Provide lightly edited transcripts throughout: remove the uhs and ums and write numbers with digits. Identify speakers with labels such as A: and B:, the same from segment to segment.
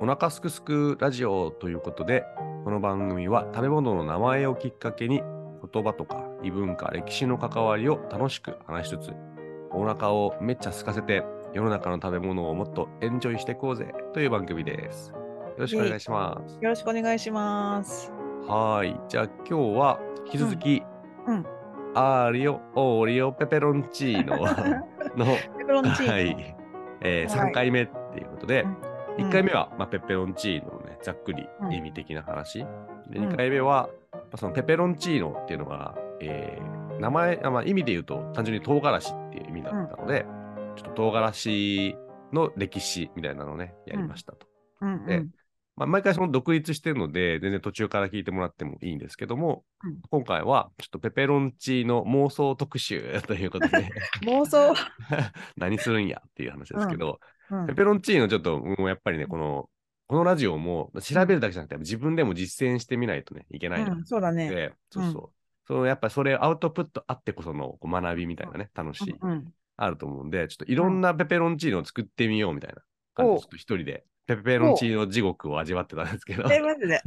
A: お腹すくすくラジオということで、この番組は食べ物の名前をきっかけに言葉とか異文化、歴史の関わりを楽しく話しつつ、お腹をめっちゃ空かせて世の中の食べ物をもっとエンジョイしていこうぜという番組です。よろしくお願いします。
B: よろしくお願いします。
A: はい。じゃあ今日は引き
B: うん、
A: 続き、
B: うん。
A: アーリオ、オーリオ、ペペロンチーノの
B: ペペロンチーノ。
A: 回、3
B: はい。
A: 回目っていうことで、
B: うん、う
A: 1回
B: ん、
A: 目は、ペペロンチーノのね、ざっくり
B: うん、
A: 意味的な話。で、2
B: うん、
A: 回目は、そのペペロンチーノっていうのが、名前、意味で言うと単純に唐辛子っていう意味だ
B: うん、
A: ったので、ちょっと唐辛子の歴史みたいなのをね、や
B: うん、
A: りましたと。
B: うん、う
A: で、
B: ん、
A: 毎回その独立してるので、全然途中から聞いてもらってもいいんですけども、
B: うん。
A: 今回はちょっとペペロンチーノ妄想特集ということで
B: 妄想。
A: 何するんやっていう話で
B: うん、
A: すけど、
B: うん、
A: ペペロンチーノちょっともうやっぱりね、このラジオも調
B: うん、
A: べるだけじゃなくて、自分でも実践してみないとね、いけないなっ
B: うん、そうだね。
A: て、そう
B: うん、
A: そう。やっぱりそれアウトプットあってこそのこう学びみたいなね、楽しい、
B: うん、うん、
A: あると思うんで、ちょっとい
B: うん。
A: ろんなペペロンチーノを作ってみようみたいな感じで、
B: おう、
A: ちょっと一人でペペロンチ
B: おう。
A: ーノ地獄を味わってたんですけど
B: マジで。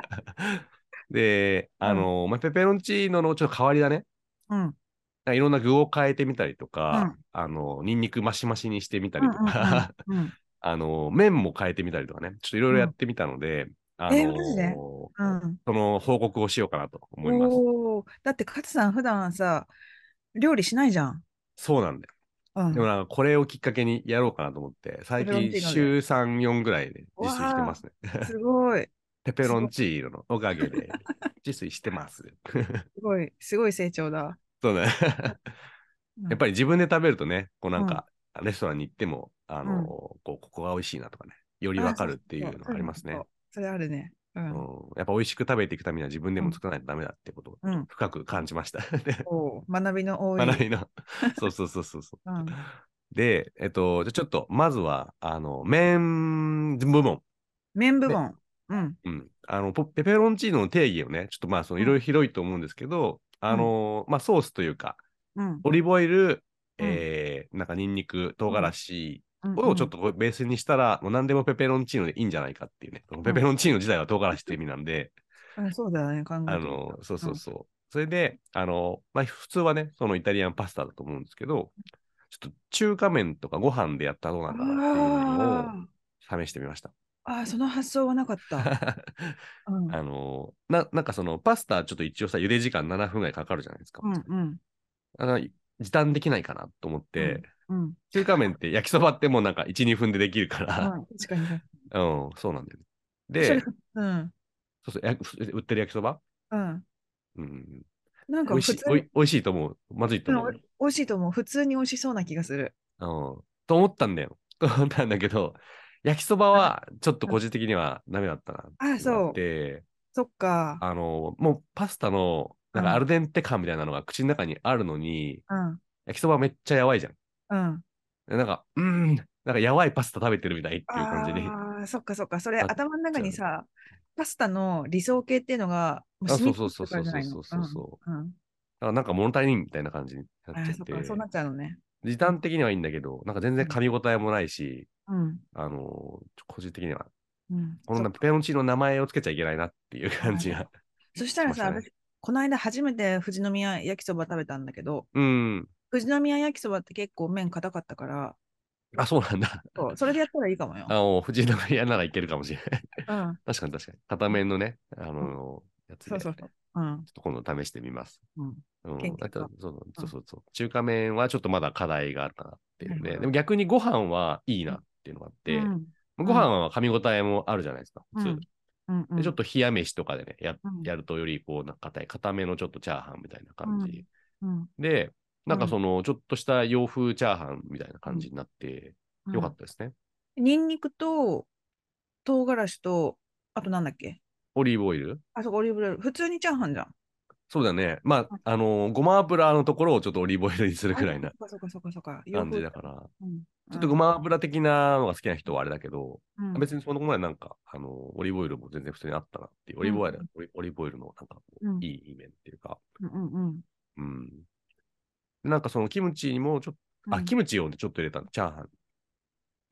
A: で、
B: うん、
A: ペペロンチーノのちょっと変わりだね。
B: うん、
A: いろんな具を変えてみたりとか、
B: うん、
A: ニンニクマシマシにしてみた
B: うん、
A: りと
B: うん、うん、
A: か
B: うん。
A: 麺も変えてみたりとかね、ちょっといろいろやってみたので、
B: マジで。うん。
A: その報告をしようかなと思います。
B: おお、だって勝さん普段さ、料理しないじゃん。
A: そうなんだよ。でも
B: うん。
A: なんかこれをきっかけにやろうかなと思って、最
B: ペペロン
A: 近
B: チーノで。
A: 週3、4ぐらいで自炊して
B: わあ、
A: ますね。
B: すごい。
A: ペペロン
B: すごい。
A: チーノのおかげで自炊してます。
B: すごい、すごい成長だ。
A: そうね。
B: うん、
A: やっぱり自分で食べるとね、こうな
B: うん、
A: んか、レストランに行っても、
B: うん。
A: ここが美味しいなとかね、よりわ
B: あ、
A: か
B: そうそ
A: るっていうの
B: うそう、
A: がありますね。
B: それあるね。うん、
A: うん、やっぱ美味しく食べていくためには自分で
B: うん、
A: も作らないとダメだってことを
B: うん。
A: 深く感じました。で
B: 学びの多い。
A: 学びの。そうそうそうそうそう。
B: うん。
A: で、じゃあちょっと、まずは、麺部門。ね、
B: 麺部門。うん、
A: うん。ペペロンチーノの定義をね、ちょっとそのいろいろ
B: うん、
A: 広いと思うんですけど、
B: うん、
A: ソースというか、
B: うん、
A: オリーブオイル、
B: うん、
A: なんかニンニク、唐
B: うん、
A: 辛子
B: うん、うん、
A: をちょっとベースにしたら、もう何でもペペロンチーノでいいんじゃないかっていうね。ペペロンチーノ自体は唐辛子って意味なんで、
B: うん、そうだよね、考えてみた。
A: そう
B: うん、
A: そうそう。それで、普通はね、そのイタリアンパスタだと思うんですけど、ちょっと中華麺とかご飯でやったらどうなんかなっていうのを
B: あ
A: 試してみました。
B: その発想はなかった。うん、
A: なんかそのパスタちょっと一応さ、茹で時間7分ぐらいかかるじゃないですか。
B: うん、うん、
A: あの時短できないかなと思っ
B: うん、
A: て、
B: うん、
A: 中華麺って焼きそばってもうなんか1、2分でできるから、
B: うん、確かに。
A: うん、そうなんだよね。
B: それ、
A: で、
B: うん、
A: そうそう、売ってる焼きそば、
B: うん。
A: うん、
B: なんか普通に、
A: 美味しいと思う。まずいと
B: うん、
A: 思う。
B: 美味しいと思う。普通に美味しそうな気がする。
A: うん、と思ったんだよ。と思ったんだけど、焼きそば
B: あ、
A: はちょっと
B: うん、
A: 個人的にはダメだったなっ
B: あ、
A: ていうのがあっ
B: そう。
A: て、
B: そっか。
A: もうパスタのなんかアル
B: うん、
A: デンテ感みたいなのが口の中にあるのに、
B: うん、
A: 焼きそばめっちゃやばいじゃん。
B: うん。
A: なんか、なんかやばいパスタ食べてるみたいっていう感じに
B: ああ、そっかそっか。それ
A: なっ
B: 頭の中
A: ちゃう。
B: にさ、パスタの理想形っていうのがもう
A: あ、
B: 染
A: そう
B: み込んでるか
A: そうそうそう
B: らじゃないの。
A: そうそう
B: うん、
A: そうそう。
B: うん。
A: だからなんか物足りんみたいな感じになっちゃっ
B: そっか、そうな
A: て、
B: っちゃうのね。
A: 時
B: うん、
A: 短的にはいいんだけど、なんか全然
B: うん、
A: 噛み応えもないし、
B: うん、
A: 個人的には、
B: うん。
A: このペ
B: そっか。
A: ペロンチーノの名前をつけちゃいけないなっていう感じ
B: そっ
A: が
B: か。そしたらさ、
A: しましたね。
B: 私、この間初めて富士宮焼きそば食べたんだけど、
A: うん。
B: 富士宮焼きそばって結構麺硬かったから、
A: あ、そうなんだ。
B: それでやったらいいかもよ。
A: 藤井の屋ならいけるかもしれない。
B: うん。
A: 確かに確かに。片面のね、
B: うん、
A: やつで、
B: そうそうそう。うん。
A: ちょっと今度試してみます。
B: うん。
A: うん。あと、
B: 研究家。うん。
A: 中華麺はちょっとまだ課題があるかなっていうね。でも
B: なるほど。
A: 逆にご飯はいいなっていうのがあって、
B: うん。
A: ご
B: うん。
A: 飯は噛み応えもあるじゃないですか、普通。
B: うん。うん。う
A: で、ちょっ
B: ん。
A: と冷や飯とかでね、
B: うん。
A: やるとよりこう、なんか硬めのちょっとチャーハンみたいな
B: うん。
A: 感じ。
B: うん。
A: で、なんか
B: うん。
A: その、ちょっとした洋風チャーハンみたいな
B: うん。
A: 感じになって、よかっ
B: うん。
A: たですね。
B: ニンニクと唐辛子と、あとなんだっけ。
A: オリーブオイル、
B: あそこオリーブオイル。普通にチャーハンじゃん。
A: そうだね。
B: あ、
A: ごま油のところをちょっとオリーブオイルにするくらいな
B: そっかそっかそっかそっか。洋
A: 感じ
B: 風。
A: だから、
B: うん。
A: ちょっとご
B: うん。
A: ま油的なのが好きな人はあれだけど、
B: うん。
A: 別にその前なんか、オリーブオイルも全然普通にあったなっていう、
B: うん。
A: オリーブオイルのなんかこう
B: うん。
A: いい面っていうか、
B: うん。うん。
A: うん。なんかそのキムチにも
B: うん。
A: キムチをちょっと入れたの、チャーハン。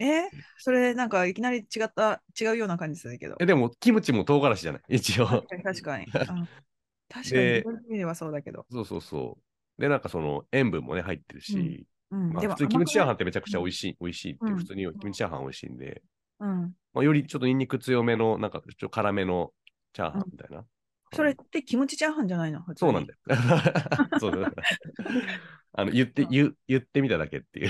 B: それなんかいきなり違うような感じするけど。
A: でも、キムチも唐辛子じゃない、一応。
B: 確かに確かに。あ、確かに言
A: で、
B: われてみればそうだけど。
A: そうそうそう。で、なんかその塩分もね、入ってる
B: うん。
A: し、
B: うん。
A: まあ
B: でも
A: 普通にキムチチャー
B: 甘くない？
A: ハンってめちゃく
B: うん。
A: ちゃ美味しい、美味しいっていう、普
B: うん。
A: 通にキムチチャーハン美味しいんで、
B: うん。
A: まあ、よりちょっとニンニク強めの、なんかちょっと辛めのチャー
B: うん。
A: ハンみたいな
B: それっ
A: 感じ。
B: てキムチチャーハンじゃないの普通に。
A: そうなんだよ。そうだ。言ってみただけっていう。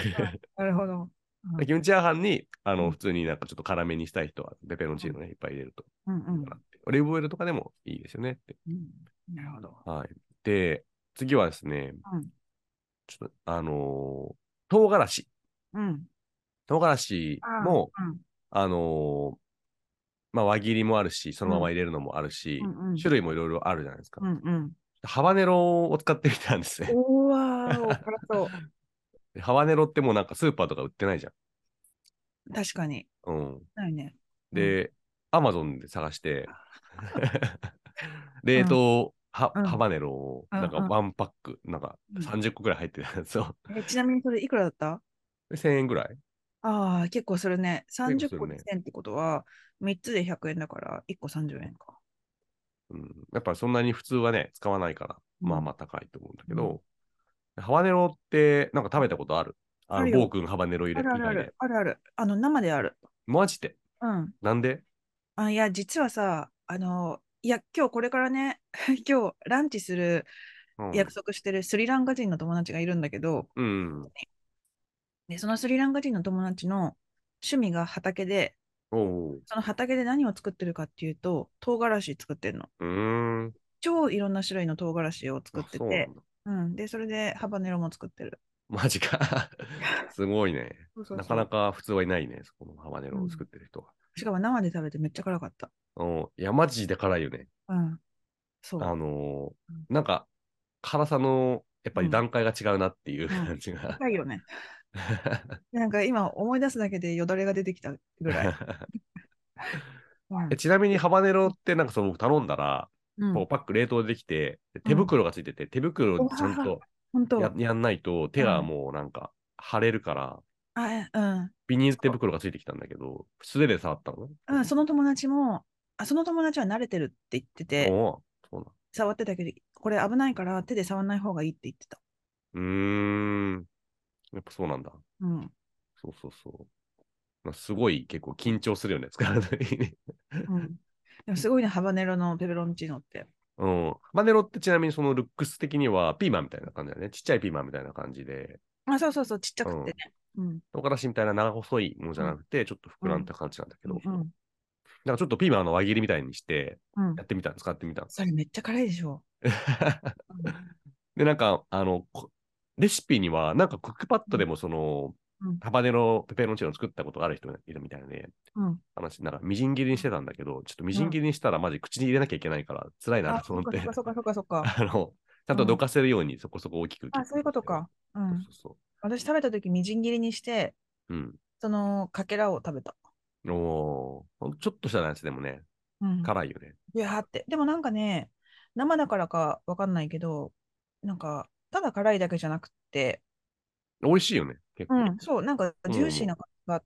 B: なるほど。うん。
A: キムチチャーハンに、
B: うん。
A: 普通になんかちょっと辛めにしたい人は、ペペロンチーノね、いっぱい入れると
B: うん。うん。
A: いいかなって。オリーブオイルとかでもいいですよねって。
B: うん。なるほど。
A: はい。で、次はですね、
B: うん。
A: ちょっと、唐辛子。
B: うん。
A: 唐辛子
B: ああ、
A: も、
B: うん。
A: あのーまあ、輪切りもあるし、そのまま
B: うん。
A: 入れるのもあるし、
B: うん。うん。
A: 種類もいろいろあるじゃないですか。
B: うん。うん。
A: ハバネロを使ってみたんですね。
B: おわーお、辛そ
A: ハバネロってもうなんかスーパーとか売ってないじゃん。
B: う。確かに。
A: うん。
B: ないね。うん。
A: で、アマゾンで探して、
B: うん。
A: 冷凍
B: うん。
A: ハバネロを
B: うん。
A: なんか
B: うん。
A: ワンパック、なんか
B: うん。
A: 30個くらい入ってたやつを
B: ちなみにそれいくらだった？
A: で1000円ぐらい
B: ああー、結構するね。30個で
A: 結構するね。
B: 1000ってことは、3つで100円だから1個30円か。
A: うん。やっぱりそんなに普通はね、使わないから、
B: うん。
A: まあまあ高いと思うんだ
B: うん。
A: けど、ハバネロってなんか食べたことある？暴
B: あるよ。
A: 君ハバネロ
B: あるあ
A: 以外で。
B: るある。あるある。生である。
A: マジで？
B: うん。
A: なんで？
B: いや、実はさ、いや、今日これからね、今日ランチする
A: うん。
B: 約束してるスリランカ人の友達がいるんだけど、
A: うん。
B: で、そのスリランカ人の友達の趣味が畑で、
A: おお。
B: その畑で何を作ってるかっていうと、唐辛子作ってるの。
A: うーん。
B: 超いろんな種類の唐辛子を作っ
A: あ、
B: てて、
A: そうなんだ。
B: うん。で、それでハバネロも作ってる。
A: マジか。すごいね。
B: そうそう
A: なかな
B: そ
A: か普通はいないね、そこのハバネ
B: う。うん。
A: ロを作ってる人が。
B: しかも生で食べてめっちゃ辛かった。
A: いや、マジで辛いよね。
B: うん。
A: あ
B: そ
A: の
B: う。うん。
A: なんか、辛さの、やっぱ
B: うん。
A: り段階が違うなっていう
B: うん。
A: 感じが。
B: 痛いよね。なんか今思い出すだけでよだれが出てきたぐらい。うん。
A: ちなみにハバネロってなんか僕頼んだら、
B: うん。
A: こうパック冷凍できて、手
B: うん。
A: 袋がついてて、手袋
B: おはは。
A: ちゃんと
B: 本当。
A: やんないと手
B: うん。
A: がもうなんか腫れるから、
B: うん。
A: ビニール手
B: そ
A: 袋がついてきたんだけど、素手で触ったの
B: う。うん、その友達も、その友達は慣れてるって言ってて、
A: おお、そうなん。
B: 触ってたけど、これ危ないから手で触らない方がいいって言ってた。
A: うーん。やっぱそうなんだ。
B: うん。
A: そうそうそう。まあ、すごい結構緊張するよね、使うのにね。
B: うん。でもすごいね、ハバネロのペペロンチーノって。
A: うん。ハバネロってちなみにそのルックス的にはピーマンみたいな感じだね。ちっちゃいピーマンみたいな感じで、
B: そうそうそう、ちっちゃ
A: うん。
B: くてね。うん。
A: 唐辛子みたいな長細いものじ
B: うん。
A: ゃなくて、ちょっと膨
B: うん。
A: らんだ感じなんだけど、
B: うん。うん。
A: なんかちょっとピーマンの輪切りみたいにして、
B: うん。
A: やってみた、使ってみたんですよ。
B: それめっちゃ辛いでしょ。うん。
A: で、なんか、レシピには、なんかクックパッ
B: うん。
A: ドでもその、
B: うん。
A: ハバネロペペロンチーノ作ったことがある人がいるみたいで、
B: うん。
A: 話、なんかみじん切りにしてたんだけど、ちょっとみ
B: うん。
A: じん切りにしたらマジ口に入れなきゃいけないから辛いなと
B: そっかそっか
A: 思って、
B: そっかそっかそっか。
A: あの、ちゃんとど
B: うん。
A: かせるようにそこそこ大きく切っ
B: そういう
A: てみて、
B: ことか。うん。
A: そうそうそ
B: 私食べたときみじん切りにして、
A: う。うん。
B: そのかけらを食べた。
A: ちょっとしたやつでもね、
B: うん。
A: 辛いよね。
B: ビャーって。でもなんかね、生だからかわかんないけど、なんか、ただ辛いだけじゃなくて、
A: 美味しいよね、結構。
B: うん、そう、なんかジューシーな
A: もう、
B: 感じがあった。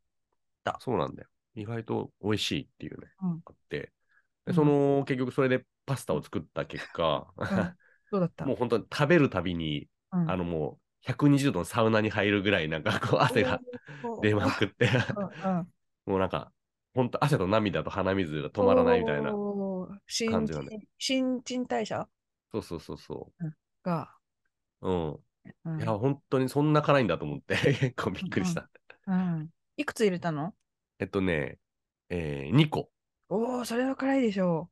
A: そうなんだよ。意外と美味しいっていうね、
B: うん、
A: あって。で、
B: うん、
A: 結局それでパスタを作った結果、
B: うん。どうだった？
A: もう本当に食べるたびに、
B: うん。
A: もう120度のサウナに入るぐらい、なんかこう汗
B: お
A: が出ま
B: ー、
A: くって
B: うん、うん。
A: もうなんか、本当汗と涙と鼻水が止まらないみたいな
B: おー、
A: 感じなんで。
B: 新陳代謝、
A: そうそうそうそ
B: うん、が、
A: う。うん。いや、
B: うん、
A: 本当にそんな辛いんだと思って結構び
B: うん、
A: っくりした。
B: うん。うん。いくつ入れたの？
A: えっとね、2個。
B: おー、それは辛いでしょ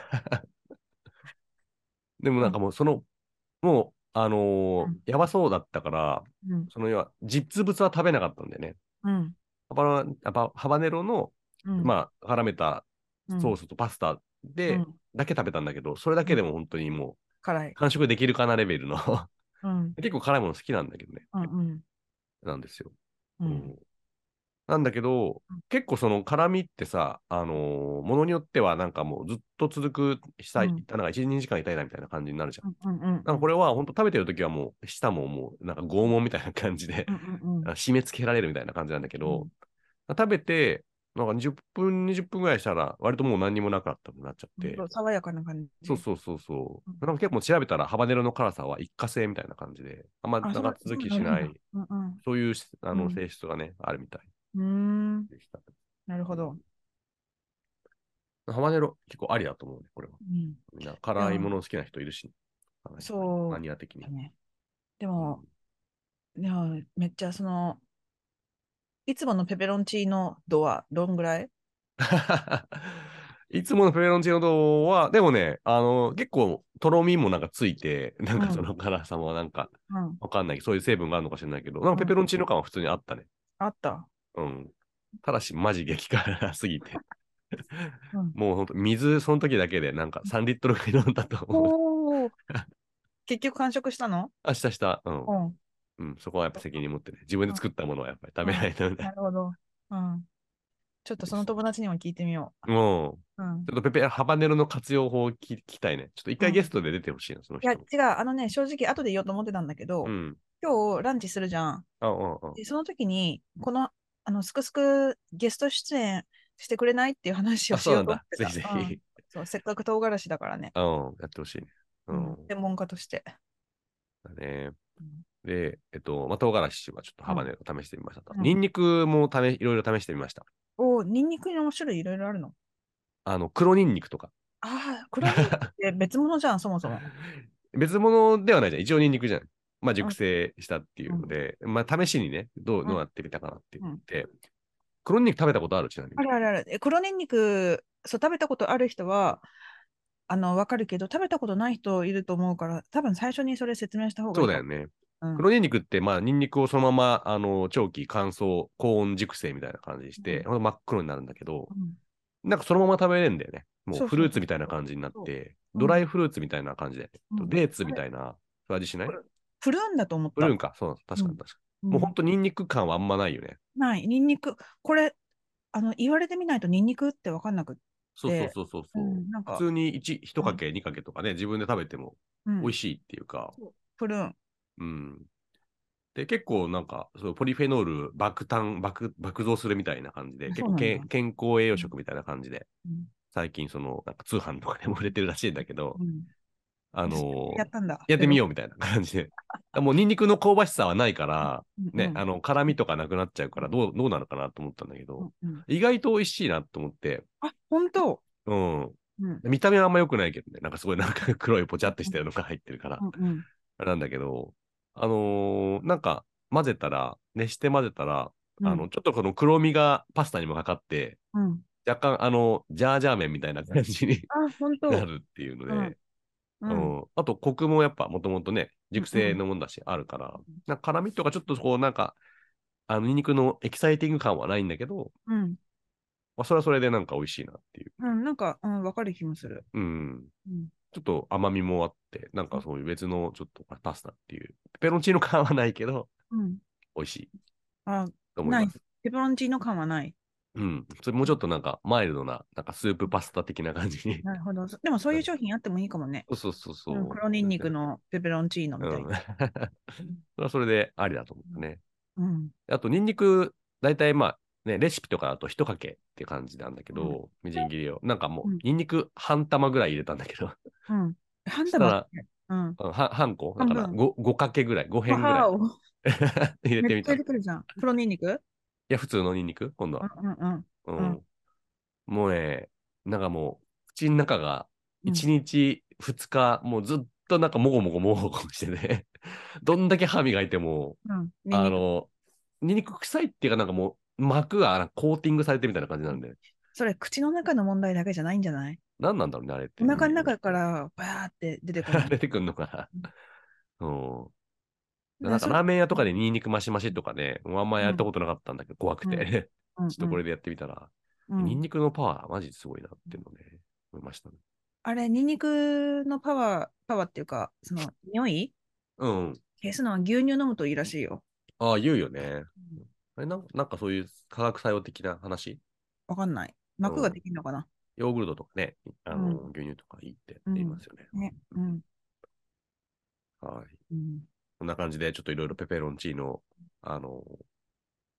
A: でも
B: う。うん、
A: なんかもう、
B: うん、
A: やばそうだったから、
B: うん、
A: その要は、実物は食べなかったんでね。
B: うん、
A: ハバネロの、
B: うん、
A: まあ、絡めた
B: うん、
A: ソースとパスタで、
B: うん、
A: だけ食べたんだけど、それだ
B: うん。
A: けでも本当にもう、
B: 辛い。
A: 完食できるかなレベルの
B: うん、
A: 結構辛いもの好きなんだけどね。
B: うん、うん、
A: なんですよ。
B: うん。
A: うん。なんだけど、結構その辛みってさ、ものによってはなんかもうずっと続く、
B: うん、
A: なんか1、2時間痛いなみたいな感じになるじゃん。
B: うん、うん、うん、うん、
A: なんかこれは本当食べてるときはもう舌ももうなんか拷問みたいな感じで
B: うん、うん、
A: 締め付けられるみたいな感じなんだけど、
B: うん、
A: 食べて、なんか20分、20分ぐらいしたら、割ともう何にもなくなったくなっちゃって。
B: 爽やかな感じ。
A: そうそうそうそ
B: うん
A: う。なんか結構調べたら、ハバネロの辛さは一過性みたいな感じで、あんま
B: あ、
A: 長続
B: そういうのあるんだ。
A: きしない、
B: うんうん。
A: そういう
B: うん。
A: 性質がね、あるみたい
B: うーん。
A: でした。
B: なるほど。
A: うん、ハバネロ結構ありだと思うね、これは。
B: うん。
A: みんな
B: でも、
A: 辛いもの好きな人いるし、マ
B: そ
A: ニア的に。
B: うだね。で
A: うん、
B: も、めっちゃいつものペペロンチーノ度はどんぐらい？
A: いつものペペロンチーノ丼は、でもね、結構、とろみもなんかついて、なん
B: うん。
A: かその辛さもなんか、
B: うん。
A: わかんない。そういう成分があるのかしれないけど、なんかペペ
B: うん。
A: ロンチーノ感は普通にあったね。
B: あった。
A: うん。ただし、マジ激辛すぎて。
B: うん。
A: もうほんと、水、その時だけでなんか3リットルぐらい飲んだと思う。
B: おー、結局完食したの？
A: あ、したした。うん。
B: うん。
A: うん。そこはやっぱ責任持ってね。自分で作ったものはやっぱり食べな
B: うん。
A: いとね。
B: なるほど。うん。ちょっとその友達にも聞いてみよ
A: もう、
B: う。うん。
A: ちょっとハバネロの活用法を聞きたいね。ちょっと一
B: うん。
A: 回ゲストで出てほしいな、その
B: いや、
A: 人も。
B: 違う。正直、後で言おうと思ってたんだけど、
A: うん。
B: 今日ランチするじゃん。
A: あ、うん、うん。
B: で、その時に、すくすくゲスト出演してくれないっていう話を
A: あ、
B: しよう
A: そうなんだ。ぜひ
B: と思ってた。うん。
A: ぜひ。
B: そう、せっかく唐辛子だからね。
A: うん、やってほしいね。う
B: うん。
A: ん。
B: 専門家として。
A: だね。
B: うん。
A: で、まあ、唐辛子はちょっと
B: うん。
A: ハバネロ試してみましたと。
B: うん。
A: ニンニクもいろいろ試してみました。
B: ニンニクの種類いろいろあるの？
A: 黒ニンニクとか。
B: ああ、黒ニンニクって別物じゃん、そもそも。
A: 別物ではないじゃん。一応ニンニクじゃん。まあ、
B: うん。
A: 熟成したってい
B: うん。
A: うので、まあ、試しにね、
B: うん。
A: どうなってみたかなって
B: うん。
A: 言って、黒ニンニク食べたことあるちなみに。
B: あるあるある。黒ニンニク、そう、食べたことある人は、わかるけど、食べたことない人いると思うから、多分最初にそれ説明した方がいいかも。
A: そうだよね。
B: うん。
A: 黒ニンニクって、まあ、ニンニクをそのまま、長期乾燥、高温熟成みたいな感じにして、
B: うん。
A: ほんと真っ黒になるんだけど、
B: うん。
A: なんかそのまま食べれるんだよね。もう
B: そうそう
A: フルーツみたいな
B: そう。
A: 感じになっ
B: そ
A: て、
B: う。うん。
A: ドライフルーツみたいな感じで、
B: うん。
A: デーツ
B: あれ、
A: みたいなそういう味しない？
B: プルーンだと思った。
A: プルーンか。そう、
B: うん。
A: 確かに確かに。もうほん
B: うん。
A: とニンニク感はあんまないよね。
B: ない。ニンニク。これ、言われてみないとニンニクってわかんなくっ
A: そうそう
B: て、
A: そうそうそう。
B: うん、なんか、
A: 普通に1
B: うん。
A: かけ、2かけとかね、自分で食べても
B: うん。
A: 美味しいっていうか、
B: そうプルーン。
A: うん。で、結構なんか、そうポリフェノール爆増するみたいな感じで、結構
B: そうなんだ。
A: 健康栄養
B: うん。
A: 食みたいな感じで、
B: うん。
A: 最近なんか通販とかでも売れてるらしいんだけど、
B: うん。
A: あの
B: やったんだ。
A: やって
B: ペペロン。
A: みようみたいな感じで。もうニンニクの香ばしさはないから、ね、
B: うんうん。
A: 辛みとかなくなっちゃうから、どうなるかなと思ったんだけど、
B: うんうん。
A: 意外と美味しいなと思って、
B: あ、本当？
A: うん。
B: うん。
A: 見た目はあんま良くないけどね、なんかすごいなんか黒いポチャってしてるのが入ってるから、
B: うんうん。
A: あれなんだけど、なんか熱して混ぜたら、
B: うん。
A: ちょっとこの黒みがパスタにもかかって、
B: うん。
A: 若干ジャージャー麺みたいな感じに
B: あ、本
A: な
B: 当？
A: るっていうの
B: うん。
A: で、
B: うん。
A: あと、コクもやっぱもともとね、熟
B: うんうん。
A: 成のもんだし、あるから、なんか辛みとかちょっとなんか、ニンニクのエキサイティング感はないんだけど、
B: うん。
A: まあ、それはそれでなんか美味しいなっていう。
B: うん。なんか、うん、わかる気もする。
A: うん。
B: うん。
A: ちょっと甘みもあって、なんかそういう別のちょっとパスタっていう、ペペロンチーノ感はないけど、
B: うん。
A: 美味しい
B: あ、ない。
A: と思います。
B: ペペロンチーノ感はない。
A: うん。それもうちょっとなんかマイルドな、なんかスープパスタ的な感じに
B: なるほど。でもそう
A: なる。
B: いう商品あってもいいかもね。
A: そうそう
B: うん。
A: そう。
B: 黒ニンニク
A: 全然。
B: のペペロンチーノみたいな。
A: うん。それはそれでありだと思ったね。
B: うん。
A: あと、ニンニク、だいたいまあ、ね、レシピとかだと一かけっていう感じなんだけ
B: うん。
A: ど、みじん切りを。なんかもう、
B: うん。
A: ニンニク半玉ぐらい入れたんだけど、
B: うん。半
A: したら、
B: 玉って。うん。
A: 半個だから
B: 半分。
A: 5かけぐらい、5辺ぐらい
B: わお。
A: 入れ
B: めっちゃ入
A: てみたの。い
B: れてるじゃん。黒ニンニク。
A: や、普通のニンニク今度は。
B: うんうん
A: う
B: うん。うん。
A: ん。もうね、なんかもう、口の中が
B: うん。
A: 1日、2日、もうずっとなんかもごもごもごもごしてね、どんだけ歯磨いても、
B: うん。ニンニク。
A: あの、ニンニク臭いっていうかなんかもう、膜がなんかコーティングされてるみたいな感じなんで、
B: それ、口の中の問題だけじゃないんじゃない？
A: 何なんだろうね、あれって。
B: お腹の中からバーって出てこない？
A: 出てくんのかな。うん。なんか
B: それ、
A: ラーメン屋と
B: うん、
A: かでニンニクマシマシとかね、もうあんまやったことなかったんだけど、怖く
B: うん、
A: て
B: うん、
A: ちょっ
B: うん、
A: とこれでやってみたら、
B: うん。
A: ニンニクのパワーマジすごいなっていうのをね、思いましたね。
B: あれ、ニンニクのパワーっていうか、匂い
A: うん。
B: 消すのは牛乳飲むといいらしいよ。
A: ああ、言うよね。
B: うん。
A: あれなんかそういう化学作用的な話？
B: わかんない。膜が
A: うん。
B: できるのかな？
A: ヨーグルトとかね、
B: うん、
A: 牛乳とかいいって
B: うん。
A: 言いますよね。
B: ね、うん、
A: はい。
B: うん。
A: こんな感じで、ちょっといろいろペペロンチーノ、あの、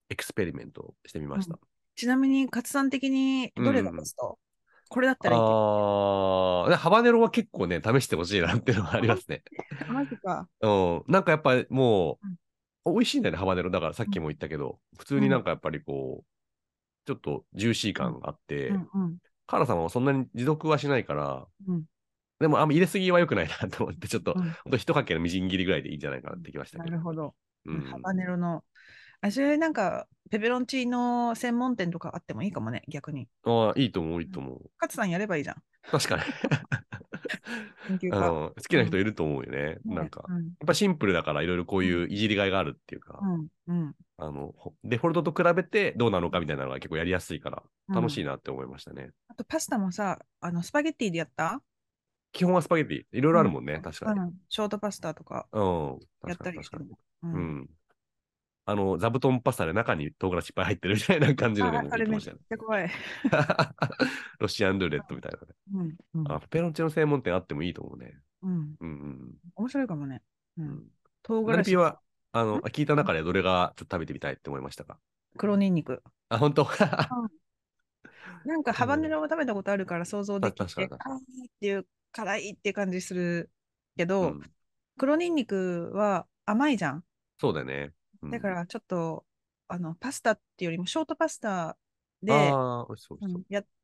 A: エクスペリメントをしてみました。
B: ちなみに、勝さん的にどれがベスト？これだったらいいって。
A: ハバネロは結構ね、試してほしいなっていうのがありますね。
B: マジか。
A: うん。なんかやっぱりも
B: うん
A: う、美味しいんだよね、ハバネロ。だからさっ
B: うん
A: きも言ったけど、普通
B: うん
A: になんかやっぱりこう、ちょっとジューシー
B: うん
A: 感があって、
B: うんうん
A: カーラさんはそんなに持続はしないから、
B: うん
A: でもあんま入れすぎは良くないなと思って、ちょっと、
B: うん
A: ほんと一かけのみじん切りぐらいでいいんじゃないかなってきましたけど。
B: なるほど。ハ
A: うん。
B: バネロの。あ、それなんか、ペペロンチーノ専門店とかあってもいいかもね、逆に。
A: ああ、いいと思う、いい
B: うん
A: と思う。
B: 勝さんやればいいじゃん。
A: 確かに。
B: 研究家。
A: 好きな人
B: うん。
A: いると思うよね。なん
B: ね、
A: か、
B: うん。
A: やっぱシンプルだからいろいろこう
B: うん
A: いういじりがいがあるっていうか、
B: うん。うん。
A: デフォルトと比べてどうなのかみたいなのが結構やりやすいから楽しい
B: うん。
A: なって思いましたね。
B: あと、パスタもさ、スパゲッティでやった？
A: 基本はスパゲティ、いろいろ
B: うん。
A: あるもんね、確かに。
B: うん。ショートパスタとか
A: うん、
B: やっ
A: 確かに確かに。
B: たりしても。うん。
A: うん。座布団パスタで中に唐辛子いっぱい入ってるみたいな感じので
B: あ、
A: も
B: あれめっち
A: いいかもしれない。
B: ゃ怖い。
A: ロシアンルーレットみたいなね。
B: うん。うん。
A: ペペロンチーノ専門店あってもいいと思うね。
B: うん。
A: うん
B: 面白いかもね。うん。
A: うんうん。
B: 唐辛子。
A: ナリピーは、
B: ん
A: 聞いた中でどれがちょっと食べてみたいって思いましたか？
B: 黒ニンニク。
A: あ、本当。
B: うんなんかハバネロを食べたことあるから想像できて、
A: 確かに確か
B: 辛いっていう、辛いっていう感じするけ
A: に。う
B: ど、
A: ん。
B: 黒ニンニクは甘いじゃん。
A: そうだよね。うん。
B: だからちょっと、パスタっていうよりもショートパスタで、
A: ああ、美味しそう、美味しそう。
B: やって、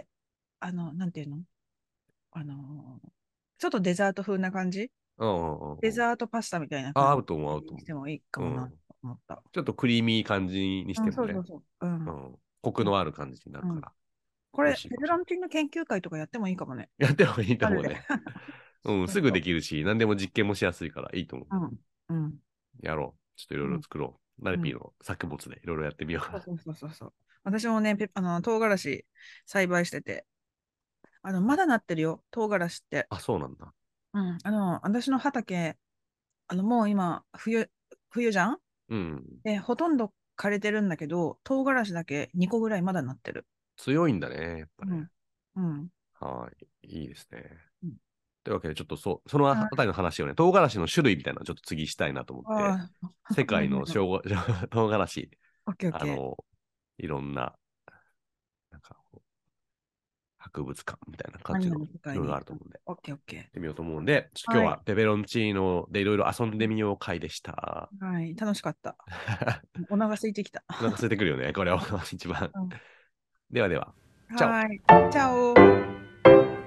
B: なんていうのあの、ちょっとデザート風な感じデ
A: うんうんうんうん。
B: ザートパスタみたいな
A: あ、
B: 感じ
A: 合うと思う、合うと思
B: にしてもいいか
A: う。う
B: もなと
A: ん。
B: 思った。
A: ちょっとクリーミー感じにし
B: うん、
A: てもね。
B: そうそうそう。うん。
A: うん。コクのある感じになる
B: うん。
A: から、
B: これ、
A: 美味しいかもしれない。
B: ペペロンチーノ研究会とかやってもいいかもね。
A: やってもいいと
B: あるで。
A: 思うね。うん、すぐで
B: そうそ
A: きるし、何でも実験もしやすいからいいと思う。
B: う。うん。うん。
A: やろう。ちょっといろい
B: うん。
A: ろ作ろう。ナ
B: うん。
A: ルピーの作物でいろいろやってみようかな。
B: そうそうそうそうそう。私もね、唐辛子栽培してて、まだなってるよ、唐辛子って。
A: あ、そうなんだ。
B: うん。私の畑、もう今、冬じゃん
A: うん。
B: で、ほとんど枯れてるんだけど、唐辛子だけ2個ぐらいまだなってる。
A: 強いんだね、やっぱね。
B: うん。うん。
A: はい。いいですね。
B: うん
A: というわけで、ちょっとそのあ
B: はい。
A: たりの話をね、唐辛子の種類みたいなのをちょっと次したいなと思って、
B: ああ、
A: 世界の
B: お願いします。
A: 唐辛子、
B: オッケーオッケー。
A: あの、いろんな、なんかこう、博物館みたいな感じの
B: アニメの世
A: いろいろあ
B: 界に。
A: ると思うんで、
B: オッケーオッケ
A: ってみようと思うんで、ちょっと
B: ー。はい。
A: 今日はペペロンチーノでいろいろ遊んでみよう回でした。
B: はい。楽しかった。お腹空いてきた。
A: お腹空いてくるよね、これは一番。
B: うん
A: ではでは、チャオ。
B: はい。チャオ。